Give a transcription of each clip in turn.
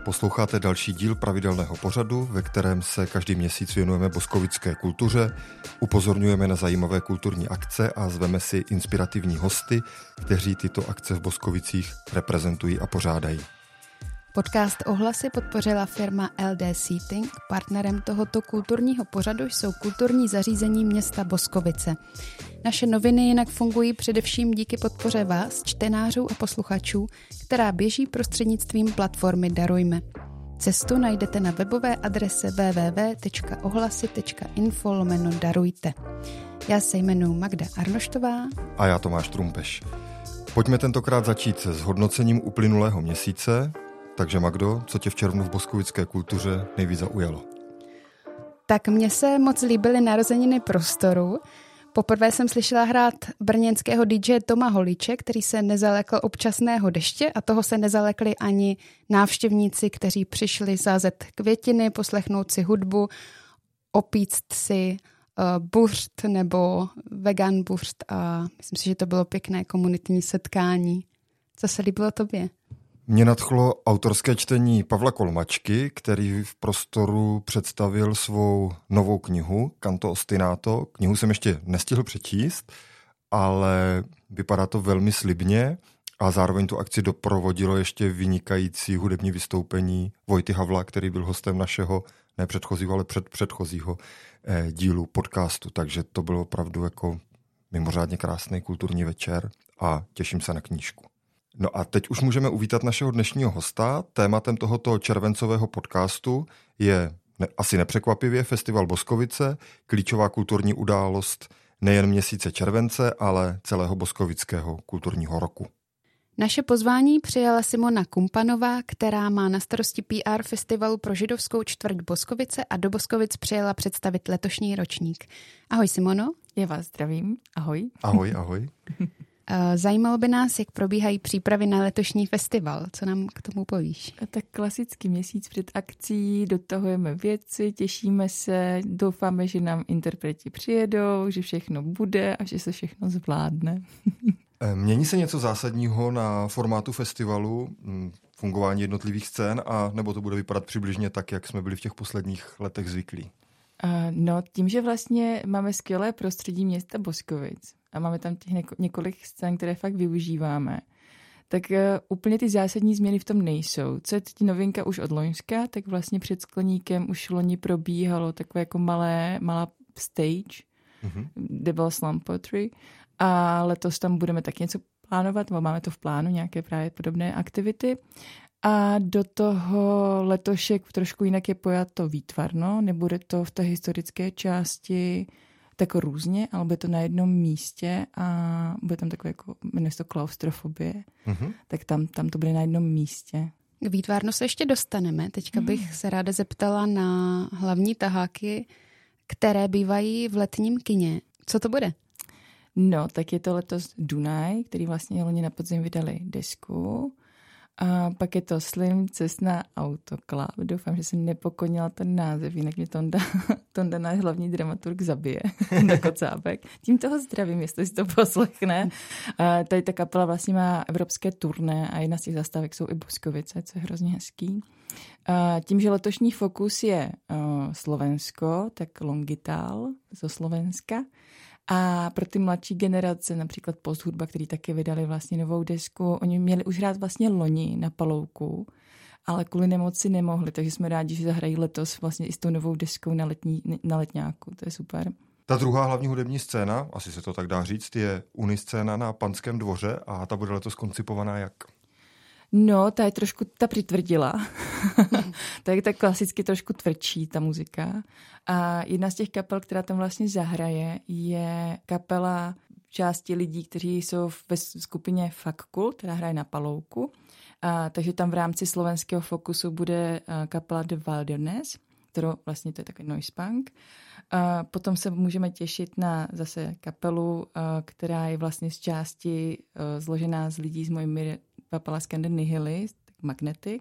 Posloucháte další díl pravidelného pořadu, ve kterém se každý měsíc věnujeme boskovické kultuře, upozorňujeme na zajímavé kulturní akce a zveme si inspirativní hosty, kteří tyto akce v Boskovicích reprezentují a pořádají. Podcast Ohlasy podpořila firma LD Seating. Partnerem tohoto kulturního pořadu jsou kulturní zařízení města Boskovice. Naše noviny jinak fungují především díky podpoře vás, čtenářů a posluchačů, která běží prostřednictvím platformy Darujme. Cestu najdete na webové adrese www.ohlasy.info/darujte. Já se jmenuji Magda Arnoštová. A já Tomáš Trumpeš. Pojďme tentokrát začít s hodnocením uplynulého měsíce. Takže Magdo, co tě v červnu v boskovické kultuře nejvíc zaujalo? Tak mně se moc líbily narozeniny Prostoru. Poprvé jsem slyšela hrát brněnského DJ Toma Holiče, který se nezalekl občasného deště a toho se nezalekli ani návštěvníci, kteří přišli sázet květiny, poslechnout si hudbu, opíct si buřt nebo vegan buřt a myslím si, že to bylo pěkné komunitní setkání. Co se líbilo tobě? Mě nadchlo autorské čtení Pavla Kolmačky, který v Prostoru představil svou novou knihu Canto ostinato. Knihu jsem ještě nestihl přečíst, ale vypadá to velmi slibně a zároveň tu akci doprovodilo ještě vynikající hudební vystoupení Vojty Havla, který byl hostem našeho, ne předchozího, ale předchozího dílu podcastu. Takže to bylo opravdu jako mimořádně krásný kulturní večer a těším se na knížku. No a teď už můžeme uvítat našeho dnešního hosta. Tématem tohoto červencového podcastu je asi nepřekvapivě Festival Boskovice, klíčová kulturní událost nejen měsíce července, ale celého boskovického kulturního roku. Naše pozvání přijala Simona Kumpanová, která má na starosti PR festivalu pro židovskou čtvrť Boskovice a do Boskovic přijela představit letošní ročník. Ahoj Simono. Já vás zdravím. Ahoj. Ahoj, ahoj. Zajímalo by nás, jak probíhají přípravy na letošní festival. Co nám k tomu povíš? Tak klasický měsíc před akcí, dotahujeme věci, těšíme se, doufáme, že nám interpreti přijedou, že všechno bude a že se všechno zvládne. Mění se něco zásadního na formátu festivalu, fungování jednotlivých scén, a nebo to bude vypadat přibližně tak, jak jsme byli v těch posledních letech zvyklí? No, tím, že vlastně máme skvělé prostředí města Boskovic a máme tam těch několik scén, které fakt využíváme, tak úplně ty zásadní změny v tom nejsou. Co je teď novinka už od loňska, tak vlastně před Skleníkem už loni probíhalo takové jako malá stage, kde byl slam poetry, a letos tam budeme tak něco plánovat, máme to v plánu, nějaké právě podobné aktivity. A do toho letošek trošku jinak je pojato výtvarno, nebude to v té historické části tak různě, ale bude to na jednom místě a bude tam takové jako, jmenuje se to klaustrofobie, tak tam to bude na jednom místě. K výtvarno se ještě dostaneme. Teďka bych se ráda zeptala na hlavní taháky, které bývají v letním kině. Co to bude? No, tak je to letos Dunaj, který vlastně loni na podzim vydali desku. A pak je to Slim Cessna Autoclub. Doufám, že jsem nepokonila ten název, jinak mě Tonda náš hlavní dramaturg zabije do Kocábek. Tím toho zdravím, jestli si to poslechne. Tady ta kapela vlastně má evropské turné a jedna z těch zastávek jsou i Boskovice, co je hrozně hezký. Tím, že letošní fokus je Slovensko, tak Longital zo Slovenska. A pro ty mladší generace, například Posthudba, který taky vydali vlastně novou desku, oni měli už hrát vlastně loni na Palouku, ale kvůli nemoci nemohli, takže jsme rádi, že zahrají letos vlastně i s tou novou deskou na letňáku, to je super. Ta druhá hlavní hudební scéna, asi se to tak dá říct, je uniscéna na Panském dvoře a ta bude letos koncipovaná jak? No, ta je trošku, ta přitvrdila. Tak tak klasicky trošku tvrdší ta muzika. A jedna z těch kapel, která tam vlastně zahraje, je kapela části lidí, kteří jsou ve skupině Fakkult, která hraje na Palouku. Takže tam v rámci slovenského fokusu bude kapela The Wilderness, kterou vlastně to je takový noise punk. Potom se můžeme těšit na zase kapelu, která je vlastně z části zložená z lidí z Mojmíry Papala Skander Nihilist, Magnetic,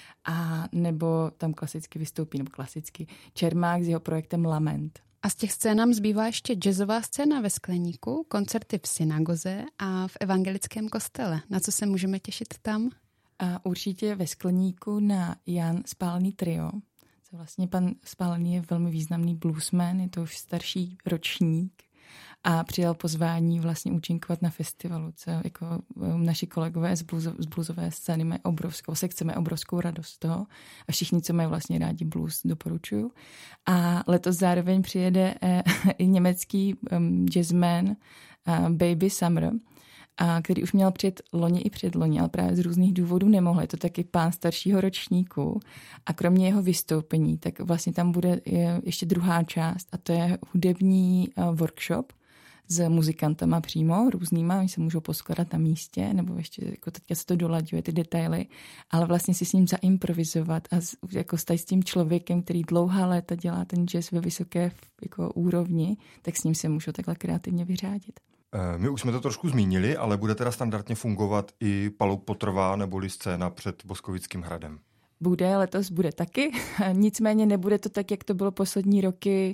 a nebo tam klasicky vystoupí, nebo klasicky Čermák s jeho projektem Lament. A z těch scén nám zbývá ještě jazzová scéna ve Skleníku, koncerty v synagoze a v evangelickém kostele. Na co se můžeme těšit tam? A určitě ve Skleníku na Jan Spálený trio. Co vlastně pan Spálený je velmi významný bluesman, je to už starší ročník a přijal pozvání vlastně účinkovat na festivalu, co jako naši kolegové z bluesové scény mají obrovskou sekce, mají obrovskou radost z toho a všichni, co mají vlastně rádi blues, doporučuju. A letos zároveň přijede i německý jazzman Baby Summer, který už měl přijet loni i předloni, ale právě z různých důvodů nemohl. Je to taky pán staršího ročníku a kromě jeho vystoupení, tak vlastně tam bude ještě druhá část a to je hudební workshop s muzikantama přímo, různýma, oni se můžou poskladat na místě, nebo ještě jako teďka se to dolaďuje, ty detaily, ale vlastně si s ním zaimprovizovat a jako stát s tím člověkem, který dlouhá léta dělá ten jazz ve vysoké jako úrovni, tak s ním se můžou takhle kreativně vyřádit. My už jsme to trošku zmínili, ale bude teda standardně fungovat i Palouk potrvá neboli scéna před Boskovickým hradem. Letos bude taky, nicméně nebude to tak, jak to bylo poslední roky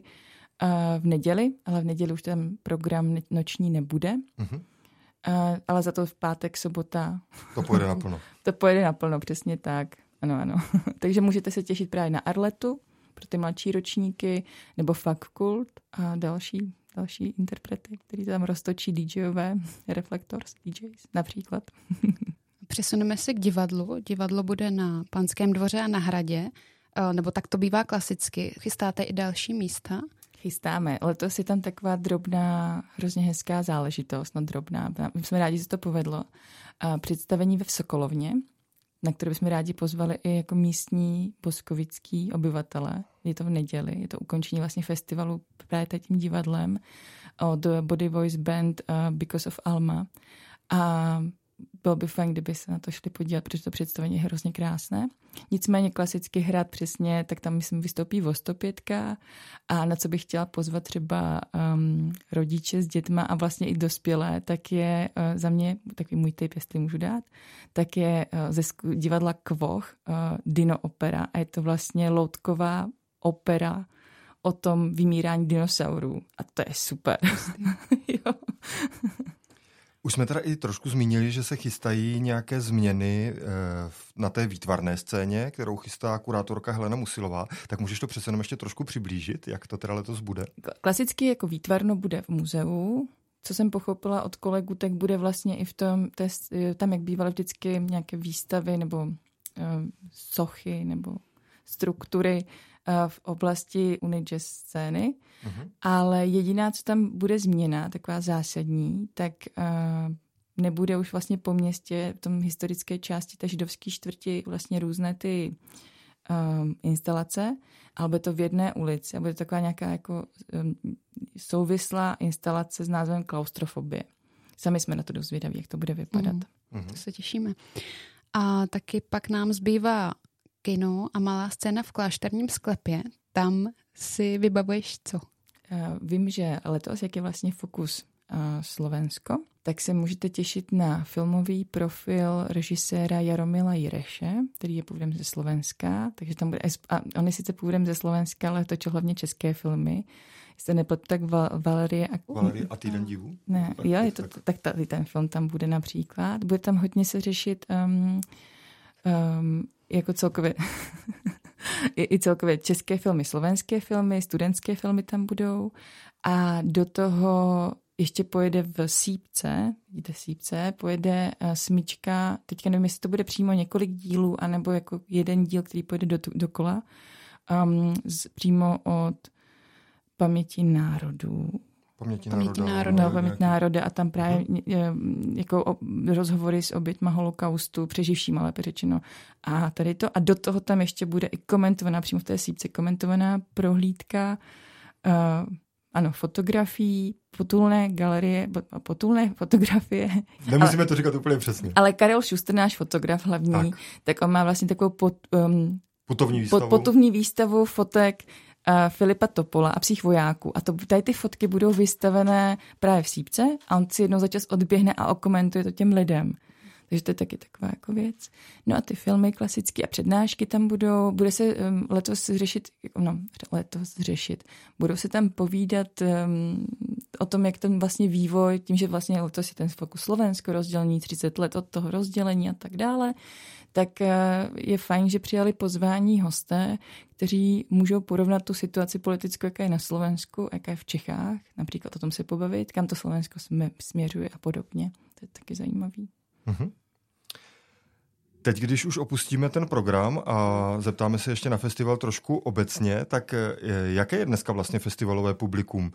v neděli, ale v neděli už tam program noční nebude. Mm-hmm. Ale za to v pátek, sobota. To pojede naplno. To pojede naplno, přesně tak. Ano. Takže můžete se těšit právě na Arletu pro ty mladší ročníky, nebo Fakult a další interprety, který tam roztočí DJové, Reflectors DJs například. Přesuneme se k divadlu. Divadlo bude na Panském dvoře a na Hradě, nebo tak to bývá klasicky. Chystáte i další místa? Chystáme. Letos je tam taková drobná, hrozně hezká záležitost, drobná. My jsme rádi, že se to povedlo. Představení ve Sokolovně, na které bychom rádi pozvali i jako místní boskovický obyvatele. Je to v neděli, je to ukončení vlastně festivalu právě tím divadlem od Body Voice Band Because of Alma. A bylo by fajn, kdyby se na to šli podívat, protože to představení je hrozně krásné. Nicméně klasicky hrát přesně, tak tam myslím vystoupí Vostopětka a na co bych chtěla pozvat třeba rodiče s dětma a vlastně i dospělé, tak je za mě, takový můj tip, jestli můžu dát, tak je ze divadla Kvoch Dino opera a je to vlastně loutková opera o tom vymírání dinosaurů a to je super. Jo. Už jsme teda i trošku zmínili, že se chystají nějaké změny na té výtvarné scéně, kterou chystá kurátorka Helena Musilová. Tak můžeš to přece jenom ještě trošku přiblížit, jak to teda letos bude? Klasicky jako výtvarno bude v muzeu. Co jsem pochopila od kolegů, tak bude vlastně i v tom, tam jak bývaly vždycky nějaké výstavy nebo sochy nebo struktury v oblasti unijazz scény, ale jediná, co tam bude změna, taková zásadní, tak nebude už vlastně po městě v tom historické části té židovské čtvrti vlastně různé ty instalace, ale bude to v jedné ulici a bude to taková nějaká jako souvislá instalace s názvem Klaustrofobie. Sami jsme na to dost zvědaví, jak to bude vypadat. To se těšíme. A taky pak nám zbývá kino a malá scéna v Klášterním sklepě. Tam si vybavuješ co? Vím, že letos, jak je vlastně fokus Slovensko, tak se můžete těšit na filmový profil režiséra Jaromila Jireše, který je původem ze Slovenska, takže tam bude, on je sice původem ze Slovenska, ale točil hlavně české filmy. Jestli nepletu, tak Valerie a Týden divů? Ne, jo, je to, tak tady ten film tam bude například. Bude tam hodně se řešit jako celkově i celkově české filmy, slovenské filmy, studentské filmy tam budou a do toho ještě pojede v Sípce, vidíte Sípce, pojede smyčka, teďka nevím, jestli to bude přímo několik dílů, anebo jako jeden díl, který pojede dokola, přímo od Paměti národů. Paměti národa a tam právě jako rozhovory s oběťma holokaustu, přeživšíma, lépe řečeno. A tady to. A do toho tam ještě bude i komentovaná, přímo v té sípce, komentovaná prohlídka, fotografií, potulné galerie, potulné fotografie. Nemusíme to říkat úplně přesně. Ale Karel Šuster, náš fotograf hlavní, tak on má vlastně takovou potovní výstavu fotek Filipa Topola a Psích vojáků. A tady ty fotky budou vystavené právě v Sípce a on si jednou za čas odběhne a okomentuje to těm lidem. Takže to je taky taková jako věc. No a ty filmy klasické a přednášky tam budou. Bude se letos řešit. Budou se tam povídat o tom, jak ten vlastně vývoj, tím, že vlastně letos je ten fokus Slovensko rozdělení 30 let od toho rozdělení a tak dále, tak je fajn, že přijali pozvání hosté, kteří můžou porovnat tu situaci politickou, jaká je na Slovensku, jaká je v Čechách, například o tom se pobavit, kam to Slovensko směřuje a podobně. To je taky zajímavý. Mm-hmm. Teď, když už opustíme ten program a zeptáme se ještě na festival trošku obecně, tak jaké je dneska vlastně festivalové publikum?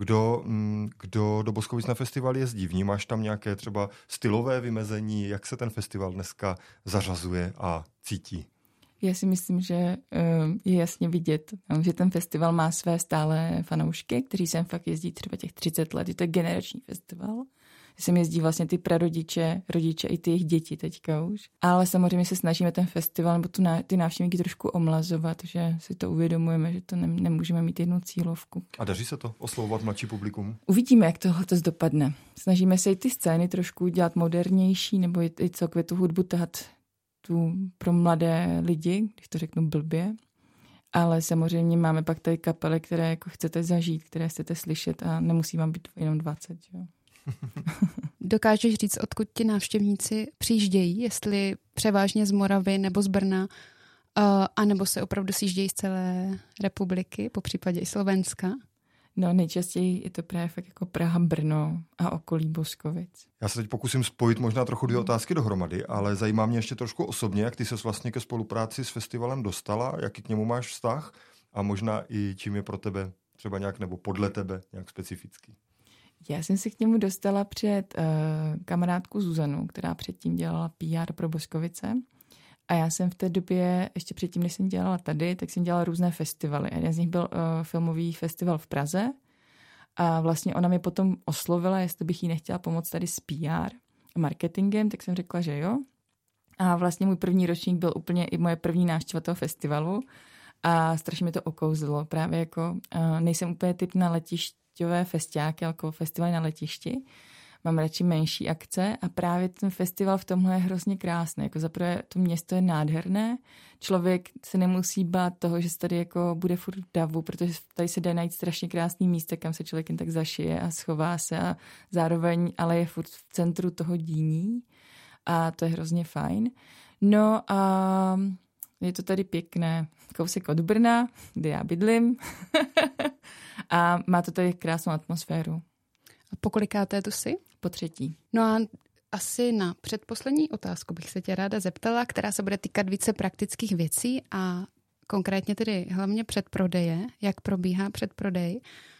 Kdo do Boskovic na festival jezdí? Vnímáš tam nějaké třeba stylové vymezení? Jak se ten festival dneska zařazuje a cítí? Já si myslím, že je jasně vidět, že ten festival má své stále fanoušky, kteří sem fakt jezdí třeba těch 30 let. Je to generační festival. Sem jezdí vlastně ty prarodiče, rodiče i ty jejich děti teďka už. Ale samozřejmě se snažíme ten festival nebo ty návštěvníky trošku omlazovat, že si to uvědomujeme, že to nemůžeme mít jednu cílovku. A daří se to oslovovat mladší publikum? Uvidíme, jak tohle dopadne. Snažíme se i ty scény trošku dělat modernější nebo i celkově tu hudbu tahat pro mladé lidi, když to řeknu blbě. Ale samozřejmě máme pak tady kapely, které jako chcete zažít, které chcete slyšet a nemusí vám být jenom 20, jo. Dokážeš říct, odkud ti návštěvníci přijíždějí, jestli převážně z Moravy nebo z Brna, anebo se opravdu sjíždějí z celé republiky, po případě i Slovenska? No nejčastěji je to právě fakt jako Praha, Brno a okolí Boskovic. Já se teď pokusím spojit možná trochu dvě otázky dohromady, ale zajímá mě ještě trošku osobně, jak ty ses vlastně ke spolupráci s festivalem dostala, jaký k němu máš vztah a možná i čím je pro tebe třeba nějak nebo podle tebe nějak specifický. Já jsem se k němu dostala před kamarádku Zuzanu, která předtím dělala PR pro Boskovice. A já jsem v té době, ještě předtím, než jsem dělala tady, tak jsem dělala různé festivaly. Jeden z nich byl filmový festival v Praze. A vlastně ona mě potom oslovila, jestli bych jí nechtěla pomoct tady s PR a marketingem, tak jsem řekla, že jo. A vlastně můj první ročník byl úplně i moje první návštěva toho festivalu. A strašně mi to okouzlo. Právě jako nejsem úplně typ na letišťové festiáky, jako festivaly na letišti. Mám radši menší akce a právě ten festival v tomhle je hrozně krásný. Jako zaprvé to město je nádherné. Člověk se nemusí bát toho, že se tady jako bude furt v davu, protože tady se dá najít strašně krásný místo, kam se člověk jen tak zašije a schová se a zároveň ale je furt v centru toho díní a to je hrozně fajn. No a je to tady pěkné. Kousek od Brna, kde já bydlím a má to tady krásnou atmosféru. A pokolikáté tu jsi? Po třetí. No a asi na předposlední otázku bych se tě ráda zeptala, která se bude týkat více praktických věcí a konkrétně tedy hlavně předprodeje, jak probíhá předprodej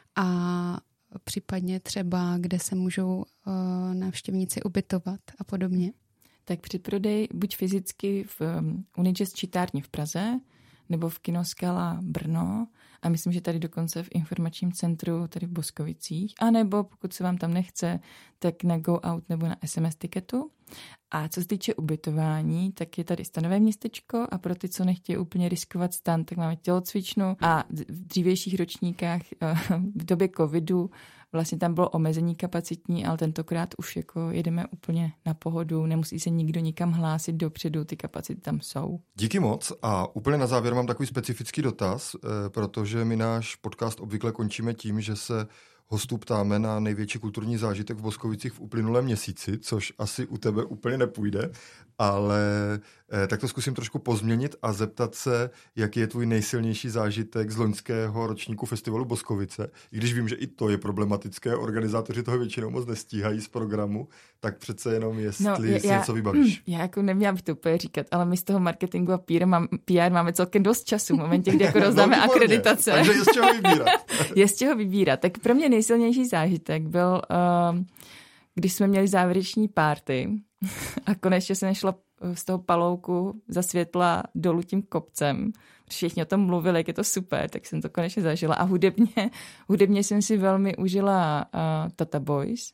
a případně třeba, kde se můžou návštěvníci ubytovat a podobně. Tak předprodej buď fyzicky v Unijazz čítárně v Praze, nebo v Kinoskala Brno a myslím, že tady dokonce v informačním centru tady v Boskovicích, a nebo pokud se vám tam nechce, tak na Go Out nebo na SMS tiketu. A co se týče ubytování, tak je tady stanové městečko a pro ty, co nechtějí úplně riskovat stan, tak máme tělocvičnu a v dřívějších ročníkách v době covidu vlastně tam bylo omezení kapacitní, ale tentokrát už jako jedeme úplně na pohodu, nemusí se nikdo nikam hlásit dopředu, ty kapacity tam jsou. Díky moc a úplně na závěr mám takový specifický dotaz, protože my náš podcast obvykle končíme tím, že se hostů ptáme na největší kulturní zážitek v Boskovicích v uplynulém měsíci, což asi u tebe úplně nepůjde, ale tak to zkusím trošku pozměnit a zeptat se, jaký je tvůj nejsilnější zážitek z loňského ročníku festivalu Boskovice. I když vím, že i to je problematické, organizátoři toho většinou moc nestíhají z programu, tak přece jenom jestli si něco vybavíš. Já jako neměla bych to úplně říkat, ale my z toho marketingu a PR máme celkem dost času v momentě, kdy jako rozdáme akreditace. Takže je z čeho vybírat. Je z čeho vybírat. Tak pro mě nejsilnější zážitek byl, když jsme měli závěreční party a konečně se nešla z toho palouku za světla dolů tím kopcem. Všichni o tom mluvili, jak je to super, tak jsem to konečně zažila. A hudebně jsem si velmi užila Tata Boys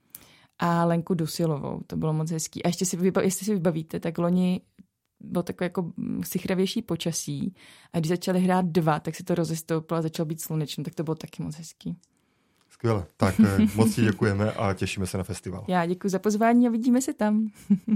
a Lenku Dusilovou. To bylo moc hezký. A ještě jestli si vybavíte, tak loni bylo takové jako sichravější počasí a když začali hrát 2, tak se to rozestoupilo a začalo být slunečno, tak to bylo taky moc hezký. Skvěle, tak moc ti děkujeme a těšíme se na festival. Já děkuji za pozvání a vidíme se tam.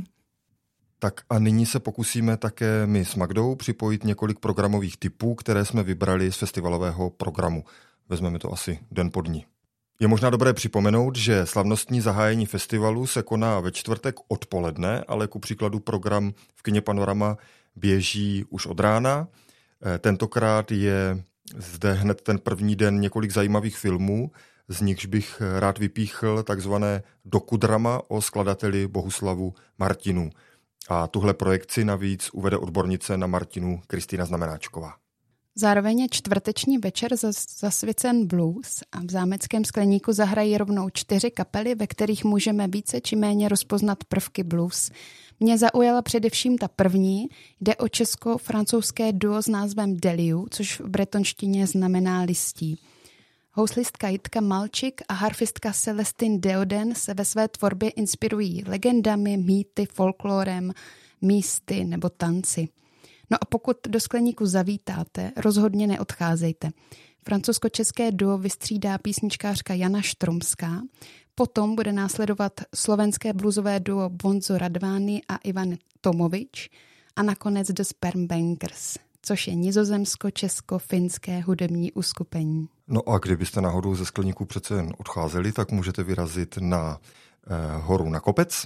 Tak a nyní se pokusíme také my s Magdou připojit několik programových tipů, které jsme vybrali z festivalového programu. Vezmeme to asi den po dni. Je možná dobré připomenout, že slavnostní zahájení festivalu se koná ve čtvrtek odpoledne, ale ku příkladu program v kině Panorama běží už od rána. Tentokrát je zde hned ten první den několik zajímavých filmů, z nichž bych rád vypíchl takzvané dokudrama o skladateli Bohuslavu Martinu. A tuhle projekci navíc uvede odbornice na Martinu Kristýna Znamenáčková. Zároveň je čtvrteční večer zasvěcen blues a v Zámeckém skleníku zahrají rovnou 4 kapely, ve kterých můžeme více či méně rozpoznat prvky blues. Mě zaujala především ta první, jde o česko-francouzské duo s názvem Deliu, což v bretonštině znamená listí. Houslistka Jitka Malčik a harfistka Celestine Deoden se ve své tvorbě inspirují legendami, mýty, folklorem, místy nebo tanci. No a pokud do skleníku zavítáte, rozhodně neodcházejte. Francouzsko-české duo vystřídá písničkářka Jana Štromská, potom bude následovat slovenské bluesové duo Bonzo Radvány a Ivan Tomovič a nakonec The Sperm Bankers, což je nizozemsko-česko-finské hudební uskupení. No a kdybyste náhodou ze skleníku přece jen odcházeli, tak můžete vyrazit na horu na kopec,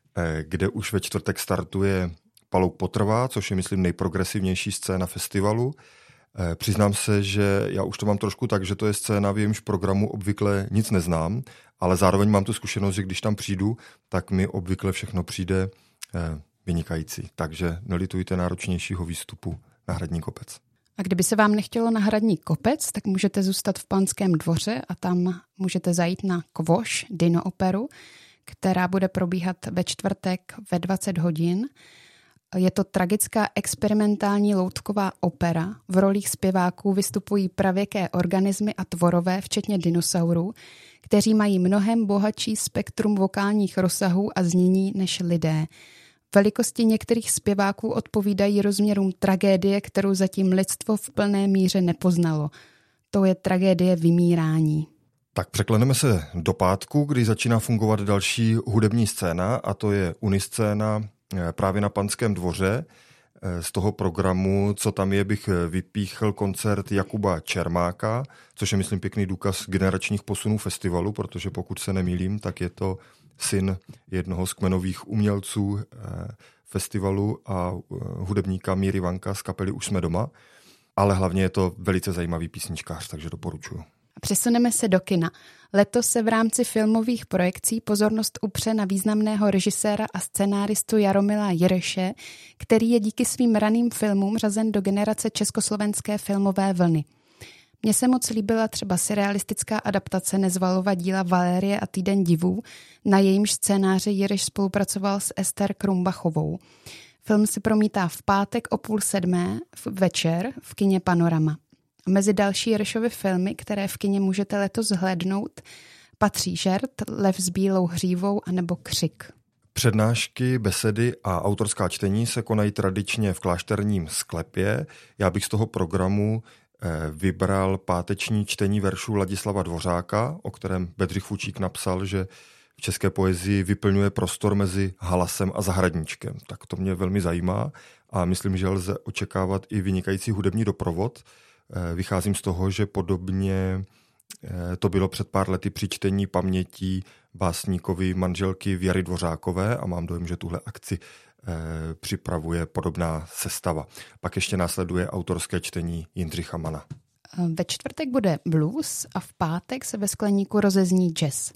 kde už ve čtvrtek startuje Palouk potrvá, což je, myslím, nejprogresivnější scéna festivalu. Přiznám se, že já už to mám trošku tak, že to je scéna, v jejímž programu obvykle nic neznám, ale zároveň mám tu zkušenost, že když tam přijdu, tak mi obvykle všechno přijde vynikající. Takže nelitujte náročnějšího výstupu na Hradní kopec. A kdyby se vám nechtělo na Hradní kopec, tak můžete zůstat v Panském dvoře a tam můžete zajít na Kvoš, Dino operu, která bude probíhat ve čtvrtek ve 20 hodin. Je to tragická experimentální loutková opera. V rolích zpěváků vystupují pravěké organismy a tvorové, včetně dinosaurů, kteří mají mnohem bohatší spektrum vokálních rozsahů a znění než lidé. Velikosti některých zpěváků odpovídají rozměrům tragédie, kterou zatím lidstvo v plné míře nepoznalo. To je tragédie vymírání. Tak překleneme se do pátku, kdy začíná fungovat další hudební scéna, a to je uniscéna právě na Panském dvoře. Z toho programu, co tam je, bych vypíchl koncert Jakuba Čermáka, což je, myslím, pěkný důkaz generačních posunů festivalu, protože pokud se nemýlím, tak je to syn jednoho z kmenových umělců festivalu a hudebníka Míry Vanka z kapely Už jsme doma, ale hlavně je to velice zajímavý písničkář, takže doporučuji. Přesuneme se do kina. Letos se v rámci filmových projekcí pozornost upře na významného režiséra a scenáristu Jaromila Jireše, který je díky svým raným filmům řazen do generace československé filmové vlny. Mně se moc líbila třeba surrealistická adaptace Nezvalova díla Valérie a Týden divů, na jejímž scénáři Jireš spolupracoval s Ester Krumbachovou. Film se promítá v pátek o 6:30 večer v kině Panorama. Mezi další Jirešovy filmy, které v kině můžete letos zhlédnout, patří Žert, Lev s bílou hřívou anebo Křik. Přednášky, besedy a autorská čtení se konají tradičně v klášterním sklepě. Já bych z toho programu vybral páteční čtení veršů Ladislava Dvořáka, o kterém Bedřich Fučík napsal, že v české poezii vyplňuje prostor mezi halasem a zahradníčkem. Tak to mě velmi zajímá a myslím, že lze očekávat i vynikající hudební doprovod. Vycházím z toho, že podobně to bylo před pár lety při čtení pamětí básníkovy manželky Věry Dvořákové a mám dojem, že tuhle akci připravuje podobná sestava. Pak ještě následuje autorské čtení Jindřicha Mana. Ve čtvrtek bude blues a v pátek se ve skleníku rozezní jazz.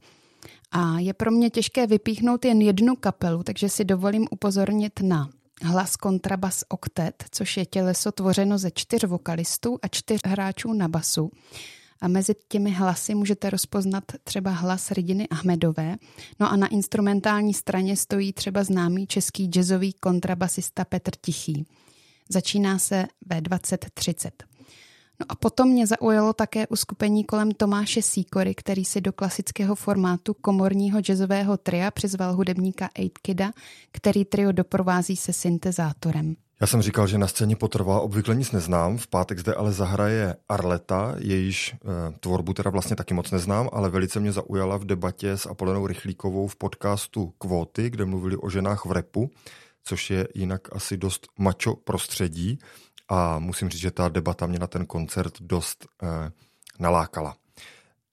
A je pro mě těžké vypíchnout jen jednu kapelu, takže si dovolím upozornit na Hlas kontrabas oktet, což je těleso tvořeno ze 4 vokalistů a 4 hráčů na basu. A mezi těmi hlasy můžete rozpoznat třeba hlas Reginy Ahmedové. No a na instrumentální straně stojí třeba známý český jazzový kontrabasista Petr Tichý. Začíná se ve 20:30. No a potom mě zaujalo také uskupení kolem Tomáše Sýkory, který si do klasického formátu komorního jazzového tria přizval hudebníka 8Kida, který trio doprovází se syntezátorem. Já jsem říkal, že na scéně potrvá, obvykle nic neznám, v pátek zde ale zahraje Arleta, jejíž tvorbu teda vlastně taky moc neznám, ale velice mě zaujala v debatě s Apolenou Rychlíkovou v podcastu Kvóty, kde mluvili o ženách v rapu, což je jinak asi dost macho prostředí a musím říct, že ta debata mě na ten koncert dost nalákala.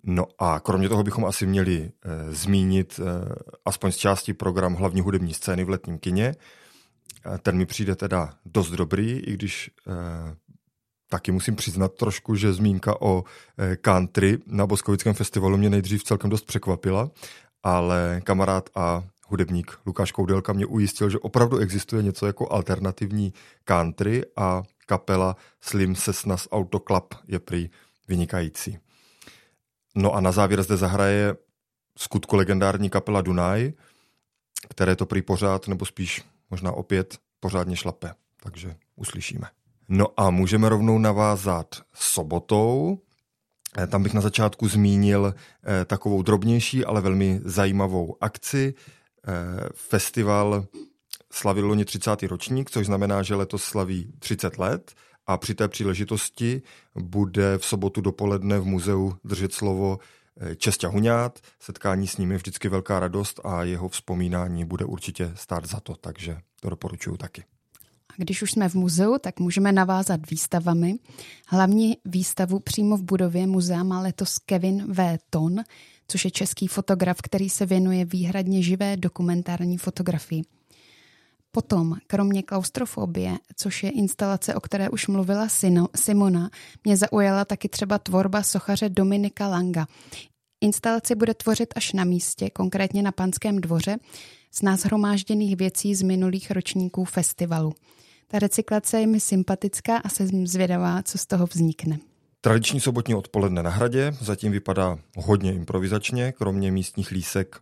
No a kromě toho bychom asi měli zmínit aspoň z části program hlavní hudební scény v letním kině. Ten mi přijde teda dost dobrý, i když taky musím přiznat trošku, že zmínka o country na Boskovickém festivalu mě nejdřív celkem dost překvapila, ale kamarád a hudebník Lukáš Koudelka mě ujistil, že opravdu existuje něco jako alternativní country a kapela Slim Cessna's Auto Club je prý vynikající. No a na závěr zde zahraje skutku legendární kapela Dunaj, které to prý pořád, nebo spíš možná opět pořádně šlape. Takže uslyšíme. No a můžeme rovnou navázat sobotou. Tam bych na začátku zmínil takovou drobnější, ale velmi zajímavou akci. Festival slavil loni 30. ročník, což znamená, že letos slaví 30 let a při té příležitosti bude v sobotu dopoledne v muzeu držet slovo Česťa Huňát. Setkání s ním je vždycky velká radost a jeho vzpomínání bude určitě stát za to, takže to doporučuju taky. A když už jsme v muzeu, tak můžeme navázat výstavami. Hlavní výstavu přímo v budově muzea má letos Kevin V. Ton, což je český fotograf, který se věnuje výhradně živé dokumentární fotografii. Potom, kromě klaustrofobie, což je instalace, o které už mluvila Simona, mě zaujala taky třeba tvorba sochaře Dominika Langa. Instalaci bude tvořit až na místě, konkrétně na Panském dvoře, z nashromážděných věcí z minulých ročníků festivalu. Ta recyklace je mi sympatická a jsem zvědavá, co z toho vznikne. Tradiční sobotní odpoledne na Hradě zatím vypadá hodně improvizačně, kromě místních lísek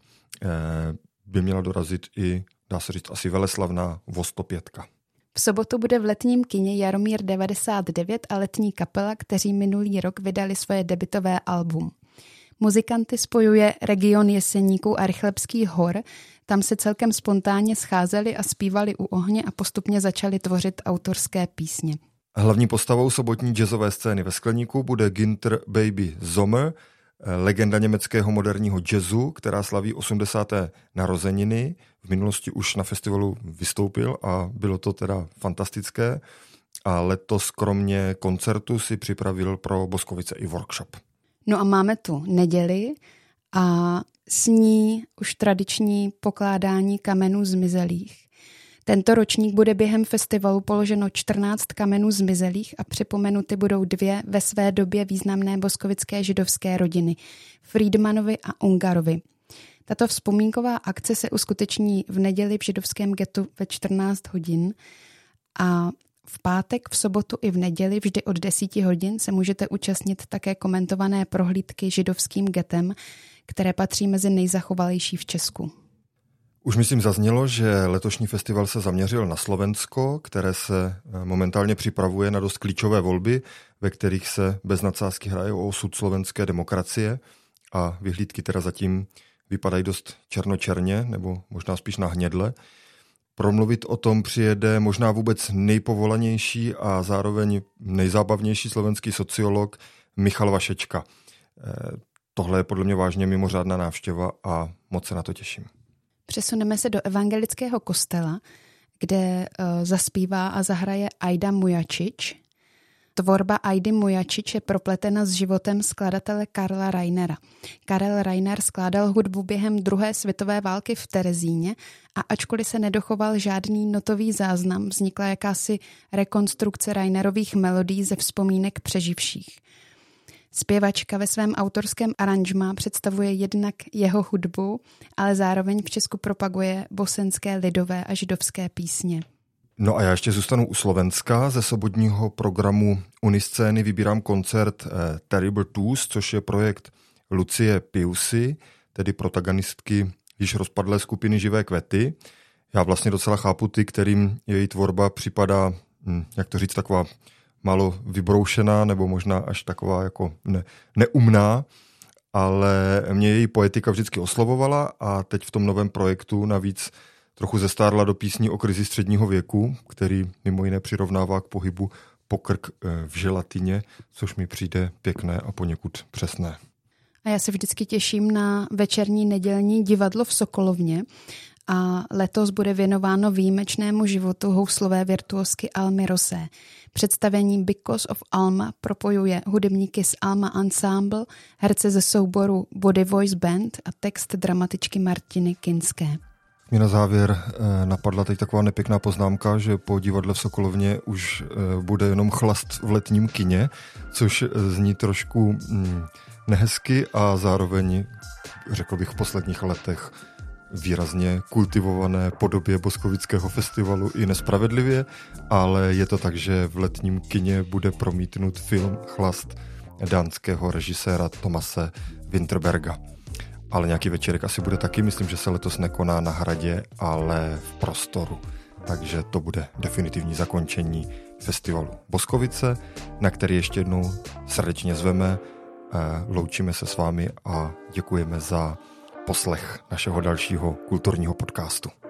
by měla dorazit i, dá se říct, asi veleslavná Vostopětka. V sobotu bude v letním kině Jaromír 99 a letní kapela, kteří minulý rok vydali svoje debutové album. Muzikanty spojuje region Jeseníků a Rychlebských hor, tam se celkem spontánně scházeli a zpívali u ohně a postupně začali tvořit autorské písně. Hlavní postavou sobotní jazzové scény ve Skleníku bude Günther Baby Sommer, legenda německého moderního jazzu, která slaví 80. narozeniny. V minulosti už na festivalu vystoupil a bylo to teda fantastické. A letos kromě koncertu si připravil pro Boskovice i workshop. No a máme tu neděli a s ní už tradiční pokládání kamenů zmizelých. Tento ročník bude během festivalu položeno 14 kamenů zmizelých a připomenuty budou 2 ve své době významné boskovické židovské rodiny, Friedmanovi a Ungarovi. Tato vzpomínková akce se uskuteční v neděli v židovském getu ve 14 hodin a v pátek, v sobotu i v neděli vždy od 10 hodin se můžete účastnit také komentované prohlídky židovským getem, které patří mezi nejzachovalejší v Česku. Už myslím zaznělo, že letošní festival se zaměřil na Slovensko, které se momentálně připravuje na dost klíčové volby, ve kterých se bez nadsázky hraje o osud slovenské demokracie a vyhlídky teda zatím vypadají dost černočerně, nebo možná spíš na hnědle. Promluvit o tom přijede možná vůbec nejpovolanější a zároveň nejzábavnější slovenský sociolog Michal Vašečka. Tohle je podle mě vážně mimořádná návštěva a moc se na to těším. Přesuneme se do evangelického kostela, kde zaspívá a zahraje Aida Mujačič. Tvorba Aidy Mujačič je propletena s životem skladatele Karla Rainera. Karel Rainer skládal hudbu během druhé světové války v Terezíně a ačkoliv se nedochoval žádný notový záznam, vznikla jakási rekonstrukce Rainerových melodií ze vzpomínek přeživších. Zpěvačka ve svém autorském aranžmá představuje jednak jeho hudbu, ale zároveň v Česku propaguje bosenské lidové a židovské písně. No a já ještě zůstanu u Slovenska. Ze sobotního programu Uniscény vybírám koncert Terrible Twos, což je projekt Lucie Piusy, tedy protagonistky již rozpadlé skupiny Živé květy. Já vlastně docela chápu ty, kterým její tvorba připadá, jak to říct, taková málo vybroušená nebo možná až taková jako neumná, ale mě její poetika vždycky oslovovala a teď v tom novém projektu navíc trochu zestárla do písní o krizi středního věku, který mimo jiné přirovnává k pohybu pokrk v želatině, což mi přijde pěkné a poněkud přesné. A já se vždycky těším na večerní nedělní divadlo v Sokolovně. a letos bude věnováno výjimečnému životu houslové virtuosky Almy Rosé. Představení Because of Alma propojuje hudebníky z Alma Ensemble, herce ze souboru Body Voice Band a text dramatičky Martiny Kinské. Mě na závěr napadla teď taková nepěkná poznámka, že po divadle v Sokolovně už bude jenom chlast v letním kině, což zní trošku nehezky a zároveň, řekl bych, v posledních letech výrazně kultivované podobě Boskovického festivalu i nespravedlivě, ale je to tak, že v letním kině bude promítnut film Chlast dánského režiséra Tomase Vinterberga. Ale nějaký večerek asi bude taky, myslím, že se letos nekoná na Hradě, ale v Prostoru. Takže to bude definitivní zakončení festivalu Boskovice, na který ještě jednou srdečně zveme. Loučíme se s vámi a děkujeme za poslech našeho dalšího kulturního podcastu.